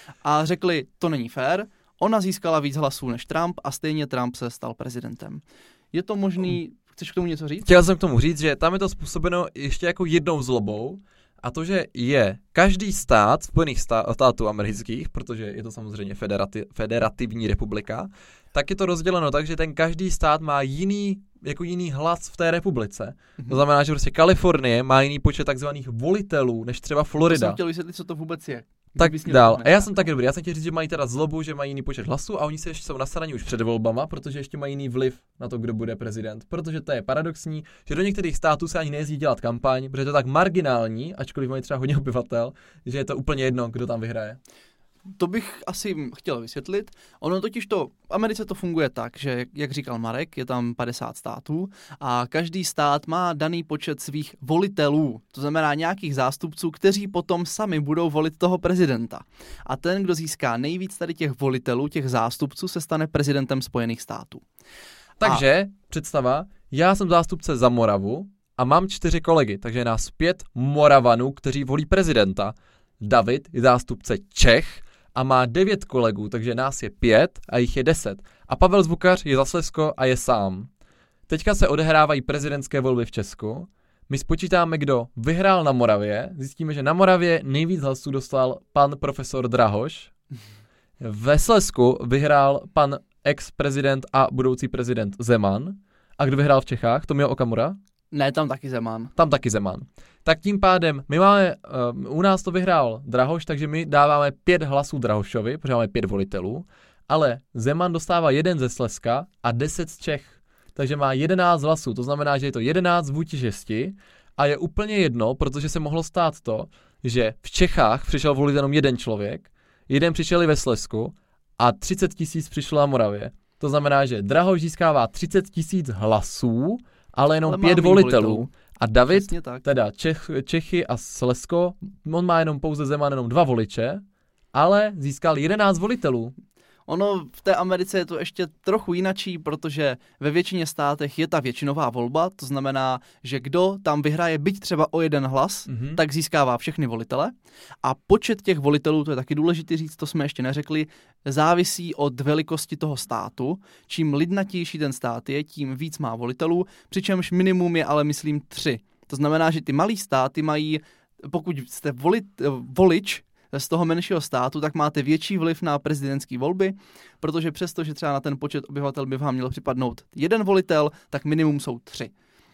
Speaker 2: a řekli, to není fér, ona získala víc hlasů než Trump a stejně Trump se stal prezidentem. Je to možný, chceš k tomu něco říct?
Speaker 1: Chtěl jsem k tomu říct, že tam je to způsobeno ještě jako jednou zlobou, a to, že je každý stát Spojených států amerických, protože je to samozřejmě federati- federativní republika, tak je to rozděleno tak, že ten každý stát má jiný, jako jiný hlas v té republice. Mm-hmm. To znamená, že prostě Kalifornie má jiný počet takzvaných volitelů, než třeba Florida.
Speaker 2: To jsem chtěl vysvětlit, co to vůbec je.
Speaker 1: Tak dál. A já jsem taky dobrý. Já jsem chtěl říct, že mají teda zlobu, že mají jiný počet hlasů a oni se ještě jsou nasraní už před volbama, protože ještě mají jiný vliv na to, kdo bude prezident. Protože to je paradoxní, že do některých států se ani nejezdí dělat kampaň, protože je to tak marginální, ačkoliv mají třeba hodně obyvatel, že je to úplně jedno, kdo tam vyhraje.
Speaker 2: To bych asi chtěl vysvětlit. Ono totiž to, v Americe to funguje tak, že, jak říkal Marek, je tam padesát států a každý stát má daný počet svých volitelů. To znamená nějakých zástupců, kteří potom sami budou volit toho prezidenta. A ten, kdo získá nejvíc tady těch volitelů, těch zástupců, se stane prezidentem Spojených států.
Speaker 1: Takže,
Speaker 2: a...
Speaker 1: představa, já jsem zástupce za Moravu a mám čtyři kolegy, takže je nás pět Moravanů, kteří volí prezidenta. David je zástupce Čech a má devět kolegů, takže nás je pět a jich je deset. A Pavel Zvukař je za Slezsko a je sám. Teďka se odehrávají prezidentské volby v Česku. My spočítáme, kdo vyhrál na Moravě. Zjistíme, že na Moravě nejvíc hlasů dostal pan profesor Drahoš. Ve Slezsku vyhrál pan ex-prezident a budoucí prezident Zeman. A kdo vyhrál v Čechách? Tomio Okamura?
Speaker 2: Ne, tam taky Zeman.
Speaker 1: Tam taky Zeman. Tak tím pádem, my máme, uh, u nás to vyhrál Drahoš, takže my dáváme pět hlasů Drahošovi, protože máme pět volitelů. Ale Zeman dostává jeden ze Slezska a deset z Čech. Takže má jedenáct hlasů, to znamená, že je to jedenáct vůči šesti a je úplně jedno, protože se mohlo stát to, že v Čechách přišel volit jenom jeden člověk, jeden přišel i ve Slezsku a třicet tisíc přišlo na Moravě. To znamená, že Drahoš získává třicet tisíc hlasů, ale jenom ale pět volitelů. volitelů. A David, teda Čech, Čechy a Slezsko, on má jenom pouze Zeman jenom dva voliče, ale získal jedenáct volitelů.
Speaker 2: Ono v té Americe je to ještě trochu jinačí, protože ve většině státech je ta většinová volba, to znamená, že kdo tam vyhraje byť třeba o jeden hlas, mm-hmm. tak získává všechny volitele. A počet těch volitelů, to je taky důležité říct, to jsme ještě neřekli, závisí od velikosti toho státu. Čím lidnatější ten stát je, tím víc má volitelů, přičemž minimum je ale myslím tři. To znamená, že ty malý státy mají, pokud jste volit, volič, z toho menšího státu, tak máte větší vliv na prezidentské volby, protože přesto, že třeba na ten počet obyvatel by vám měl připadnout jeden volitel, tak minimum jsou tři.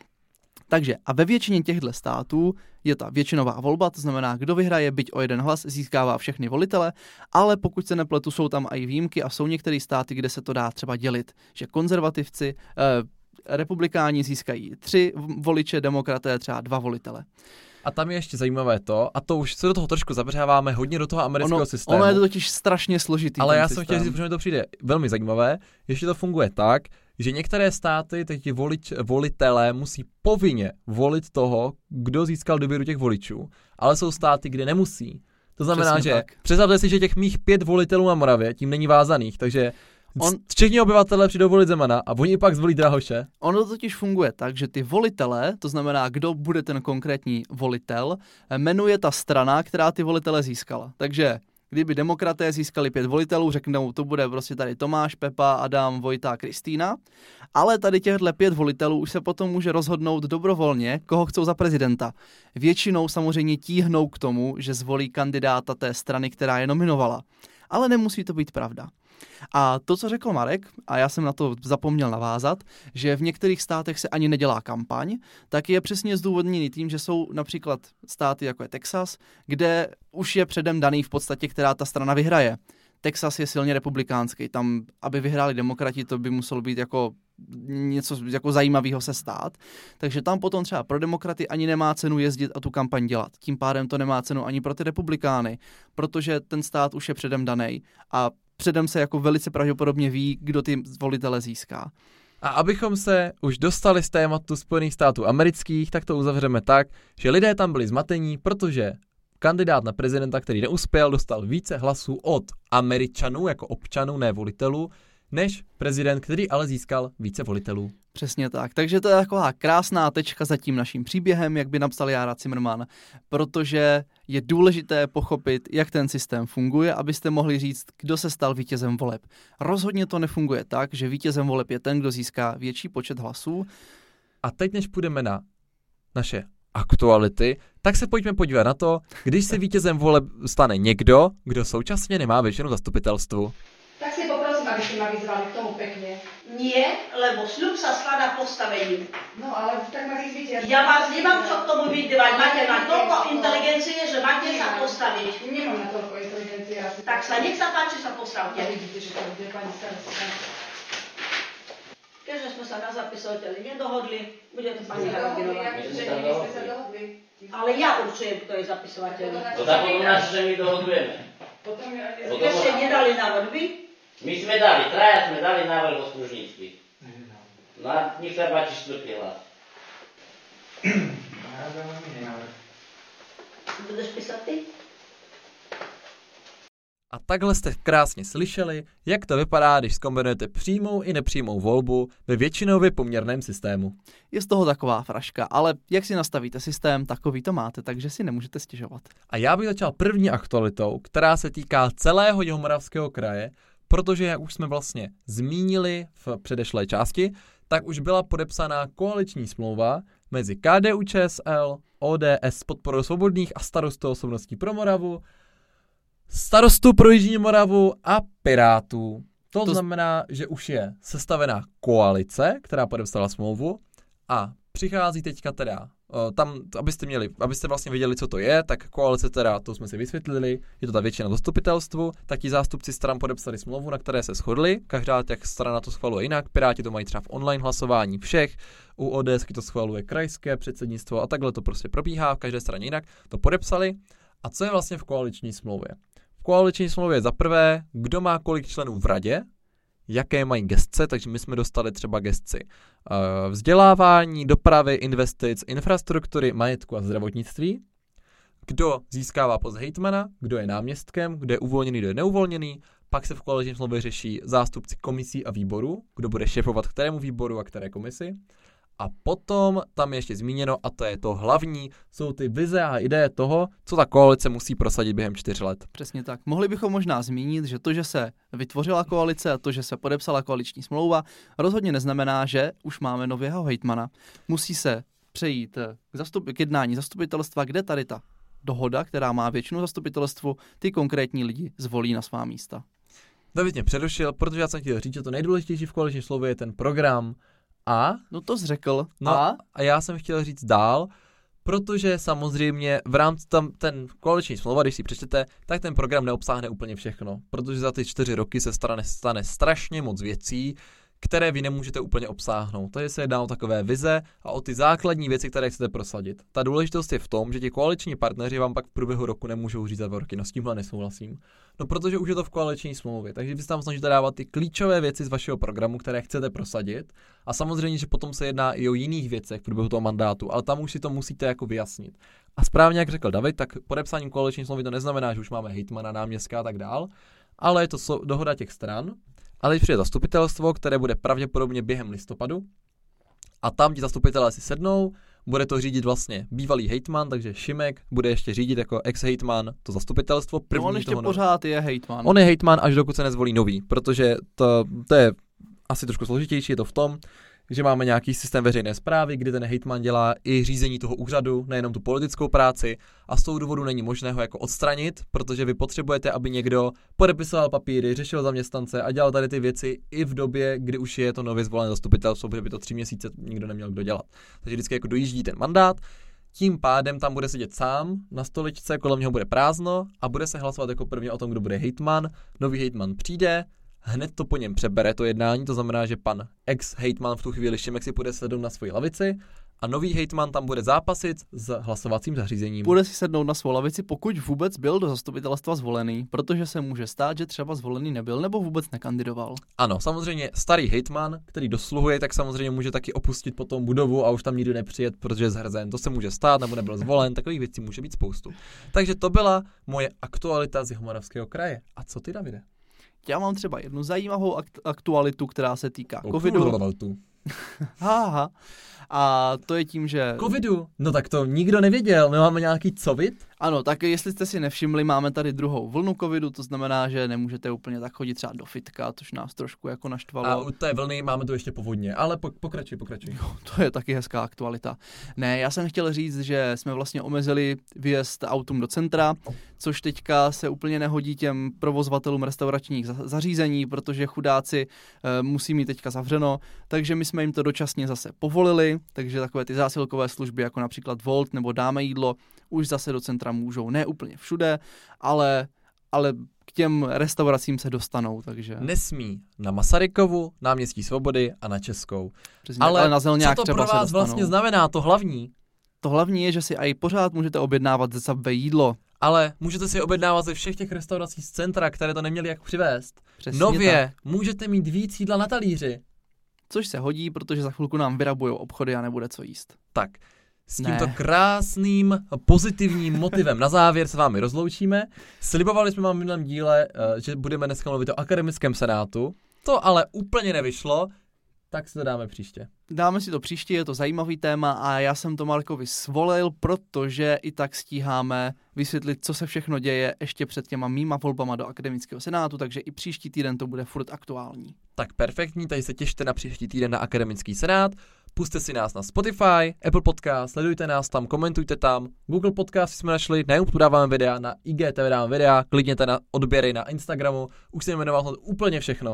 Speaker 2: Takže a ve většině těchto států je ta většinová volba, to znamená, kdo vyhraje byť o jeden hlas, získává všechny volitele, ale pokud se nepletu, jsou tam i výjimky a jsou některé státy, kde se to dá třeba dělit, že konzervativci, eh, republikáni získají tři voliče, demokraté třeba dva volitele.
Speaker 1: A tam je ještě zajímavé to, a to už se do toho trošku zabřáváme hodně do toho amerického
Speaker 2: ono,
Speaker 1: systému.
Speaker 2: Ono je to totiž strašně složitý.
Speaker 1: Ale já
Speaker 2: systém.
Speaker 1: jsem chtěl říct, protože mi to přijde velmi zajímavé, ještě to funguje tak, že některé státy, teď ti volič, volitelé musí povinně volit toho, kdo získal důvěru těch voličů, ale jsou státy, kde nemusí. To znamená, Přesně že tak. Představte si, že těch mých pět volitelů na Moravě tím není vázaných, takže On, všichni obyvatelé přijdou volit Zemana a oni pak zvolí Drahoše.
Speaker 2: Ono to totiž funguje tak, že ty volitelé, to znamená, kdo bude ten konkrétní volitel, jmenuje ta strana, která ty volitele získala. Takže kdyby demokraté získali pět volitelů, řeknou, to bude prostě tady Tomáš, Pepa, Adam, Vojta, Kristýna, ale tady těchto pět volitelů už se potom může rozhodnout dobrovolně, koho chcou za prezidenta. Většinou samozřejmě tíhnou k tomu, že zvolí kandidáta té strany, která je nominovala. Ale nemusí to být pravda. A to, co řekl Marek, a já jsem na to zapomněl navázat, že v některých státech se ani nedělá kampaň, tak je přesně zdůvodněný tím, že jsou například státy, jako je Texas, kde už je předem daný v podstatě, která ta strana vyhraje. Texas je silně republikánský, tam, aby vyhráli demokrati, to by muselo být jako něco jako zajímavého se stát. Takže tam potom třeba pro demokraty ani nemá cenu jezdit a tu kampaň dělat. Tím pádem to nemá cenu ani pro ty republikány, protože ten stát už je předem daný a předem se jako velice pravděpodobně ví, kdo ty volitele získá.
Speaker 1: A abychom se už dostali z tématu Spojených států amerických, tak to uzavřeme tak, že lidé tam byli zmatení, protože kandidát na prezidenta, který neuspěl, dostal více hlasů od Američanů jako občanů, ne volitelů, než prezident, který ale získal více volitelů.
Speaker 2: Přesně tak. Takže to je taková krásná tečka za tím naším příběhem, jak by napsal Jára Cimrman, protože je důležité pochopit, jak ten systém funguje, abyste mohli říct, kdo se stal vítězem voleb. Rozhodně to nefunguje tak, že vítězem voleb je ten, kdo získá větší počet hlasů.
Speaker 1: A teď, než půjdeme na naše aktuality, tak se pojďme podívat na to, když se vítězem voleb stane někdo, kdo současně nemá většinu v zastupitelstvu.
Speaker 3: Tak si poprosím, abyste ma vyzvali k tomu pekne. Nie, lebo sľub sa skladá postavením. No ale tak ma vyzvíte. Ja vás nemám čo k tomu vyzývať. Máte na toľko inteligencie, že máte sa postaviť. Nemám na toľko inteligencie. Tak sa nech sa páči, sa postavte. Ja vidíte, že to bude pani starostka. Keďže sme sa na zapisovateľi nedohodli, bude to pani Haraginová. Ale ja určujem, kto je zapisovateľ.
Speaker 4: To tak u nás, že my dohodujeme.
Speaker 3: Keď ste nedali návrh vy?
Speaker 4: My sme dali, traja sme dali návrh o služnícky. No a nech sa páči štvrtý hlas.
Speaker 3: Budeš písať ty?
Speaker 1: A takhle jste krásně slyšeli, jak to vypadá, když zkombinujete přímou i nepřímou volbu ve většinově poměrném systému.
Speaker 2: Je z toho taková fraška, ale jak si nastavíte systém, takový to máte, takže si nemůžete stěžovat.
Speaker 1: A já bych začal první aktualitou, která se týká celého Jihomoravského kraje, protože jak už jsme vlastně zmínili v předešlé části, tak už byla podepsaná koaliční smlouva mezi K D U Č S L, O D S s podporou Svobodných a Starostů osobností pro Moravu, Starostů pro Jižní Moravu a Pirátů. To, to znamená, že už je sestavená koalice, která podepsala smlouvu a přichází teďka teda tam, abyste měli, abyste vlastně věděli, co to je, tak koalice teda, to jsme si vysvětlili, je to ta většina v zastupitelstvu, tak ti zástupci stran podepsali smlouvu, na které se shodli, každá těch strana to schvaluje jinak, Piráti to mají třeba v online hlasování všech, u ODSky to schvaluje krajské předsednictvo a takhle to prostě probíhá, v každé straně jinak, to podepsali. A co je vlastně v koaliční smlouvě? V koaliční smlouvě je za prvé, kdo má kolik členů v radě, jaké mají gestce, takže my jsme dostali třeba gestci uh, vzdělávání, dopravy, investic, infrastruktury, majetku a zdravotnictví, kdo získává post hejtmana, kdo je náměstkem, kdo je uvolněný, kdo je neuvolněný, pak se v koaliční smlouvě řeší zástupci komisí a výborů, kdo bude šéfovat kterému výboru a které komisi. A potom tam je ještě zmíněno, a to je to hlavní, jsou ty vize a ideje toho, co ta koalice musí prosadit během čtyř let.
Speaker 2: Přesně tak. Mohli bychom možná zmínit, že to, že se vytvořila koalice a to, že se podepsala koaliční smlouva, rozhodně neznamená, že už máme nového hejtmana. Musí se přejít k, zastup- k jednání zastupitelstva, kde tady ta dohoda, která má většinu zastupitelstvu, ty konkrétní lidi zvolí na svá místa.
Speaker 1: David mě přerušil, protože já jsem chtěl říct, že to nejdůležitější v koaliční smlouvě je ten program. A?
Speaker 2: No to jsi řekl.
Speaker 1: No
Speaker 2: a?
Speaker 1: a já jsem chtěl říct dál, protože samozřejmě v rámci tam ten koaliční smlouva, když si přečtete, tak ten program neobsáhne úplně všechno, protože za ty čtyři roky se stane, stane strašně moc věcí, které vy nemůžete úplně obsáhnout. Takže se jedná o takové vize a o ty základní věci, které chcete prosadit. Ta důležitost je v tom, že ti koaliční partneři vám pak v průběhu roku nemůžou říct za dva roky. No s tímhle nesouhlasím. No protože už je to v koaliční smlouvě, takže vy se tam snažíte dávat ty klíčové věci z vašeho programu, které chcete prosadit. A samozřejmě, že potom se jedná i o jiných věcech v průběhu toho mandátu, ale tam už si to musíte jako vyjasnit. A správně, jak řekl David, tak podepsáním koaliční smlouvy to neznamená, že už máme hejtmana, náměstka a tak dál, ale je to so, dohoda těch stran. A teď přijde zastupitelstvo, které bude pravděpodobně během listopadu. A tam ti zastupitelé si sednou, bude to řídit vlastně bývalý hejtman, takže Šimek bude ještě řídit jako ex-hejtman to zastupitelstvo.
Speaker 2: První no on ještě pořád je hejtman.
Speaker 1: On je hejtman, až dokud se nezvolí nový, protože to, to je asi trošku složitější, je to v tom, že máme nějaký systém veřejné správy, kdy ten hejtman dělá i řízení toho úřadu, nejenom tu politickou práci, a z toho důvodu není možné ho jako odstranit, protože vy potřebujete, aby někdo podepisoval papíry, řešil zaměstnance a dělal tady ty věci i v době, kdy už je to nově zvolené zastupitelstvo, protože by to tři měsíce nikdo neměl kdo dělat. Takže vždycky jako dojíždí ten mandát, tím pádem tam bude sedět sám na stoličce, kolem něho bude prázdno a bude se hlasovat jako první o tom, kdo bude hejtman. Nový hejtman přijde, hned to po něm přebere to jednání, to znamená, že pan ex-hejtman v tu chvíli Šimek si půjde sednout na svoji lavici a nový hejtman tam bude zápasit s hlasovacím zařízením.
Speaker 2: Bude si sednout na svou lavici, pokud vůbec byl do zastupitelstva zvolený, protože se může stát, že třeba zvolený nebyl nebo vůbec nekandidoval.
Speaker 1: Ano, samozřejmě starý hejtman, který dosluhuje, tak samozřejmě může taky opustit potom budovu a už tam nikdy nepřijet, protože je zhrzen. To se může stát, nebo nebyl zvolen, takových věcí může být spoustu. Takže to byla moje aktualita z Jihomoravského kraje. A co ty, Davide?
Speaker 2: Já mám třeba jednu zajímavou akt- aktualitu, která se týká covidu. Haha. A to je tím, že...
Speaker 1: Covidu? No tak to nikdo nevěděl, my máme nějaký covid?
Speaker 2: Ano, tak jestli jste si nevšimli, máme tady druhou vlnu covidu, to znamená, že nemůžete úplně tak chodit třeba do fitka, což nás trošku jako naštvalo.
Speaker 1: A u té vlny máme tu ještě povodně, ale po, pokračuj, pokračuj.
Speaker 2: Jo, to je taky hezká aktualita. Ne, já jsem chtěl říct, že jsme vlastně omezili výjezd autům do centra, což teďka se úplně nehodí těm provozovatelům restauračních zařízení, protože chudáci e, musí mít teďka zavřeno, takže my jsme jim to dočasně zase povolili, takže takové ty zásilkové služby, jako například Volt nebo Dáme jídlo, už zase do centra můžou, ne úplně všude, ale, ale k těm restauracím se dostanou, takže...
Speaker 1: Nesmí na Masarykovu, Náměstí Svobody a na Českou.
Speaker 2: Přesně, ale, ale na Zelňák
Speaker 1: co to
Speaker 2: třeba
Speaker 1: pro vás vlastně znamená, to hlavní?
Speaker 2: To hlavní je, že si i pořád můžete objednávat ze Subway jídlo.
Speaker 1: Ale můžete si objednávat ze všech těch restaurací z centra, které to neměly jak přivést.
Speaker 2: Přesně
Speaker 1: Nově
Speaker 2: tak.
Speaker 1: Můžete mít víc jídla na talíři.
Speaker 2: Což se hodí, protože za chvilku nám vyrabujou obchody a nebude co jíst.
Speaker 1: Tak, s tímto ne. krásným pozitivním motivem na závěr se vámi rozloučíme. Slibovali jsme vám v minulém díle, že budeme dneska mluvit o akademickém senátu. To ale úplně nevyšlo, tak si to dáme příště.
Speaker 2: Dáme si to příště, je to zajímavý téma a já jsem to Markovi svolil, protože i tak stíháme vysvětlit, co se všechno děje ještě před těma mýma volbama do akademického senátu, takže i příští týden to bude furt aktuální.
Speaker 1: Tak perfektní, tady se těšte na příští týden na akademický senát. Pusťte si nás na Spotify, Apple Podcast, sledujte nás tam, komentujte tam. Google Podcast jsme našli, na YouTube dáváme videa, na I G T V dáváme videa, klidněte na odběry na Instagramu, už se jmenoval úplně všechno.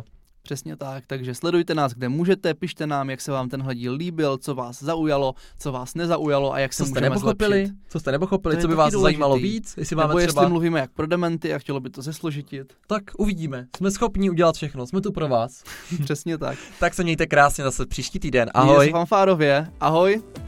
Speaker 2: Přesně tak, takže sledujte nás, kde můžete, pište nám, jak se vám tenhle díl líbil, co vás zaujalo, co vás nezaujalo a jak se
Speaker 1: co jste
Speaker 2: můžeme
Speaker 1: nepochopili,
Speaker 2: zlepšit.
Speaker 1: Co jste nepochopili,
Speaker 2: To
Speaker 1: co
Speaker 2: je
Speaker 1: by
Speaker 2: taky
Speaker 1: vás
Speaker 2: důležitý.
Speaker 1: zajímalo víc, jestli máme
Speaker 2: Nebo
Speaker 1: třeba...
Speaker 2: jestli mluvíme jak pro dementy a chtělo by to zesložitit.
Speaker 1: Tak uvidíme, jsme schopni udělat všechno, jsme tu pro vás.
Speaker 2: Přesně tak.
Speaker 1: Tak se mějte krásně zase příští týden,
Speaker 2: Mějte
Speaker 1: ahoj.
Speaker 2: se fanfárově, ahoj.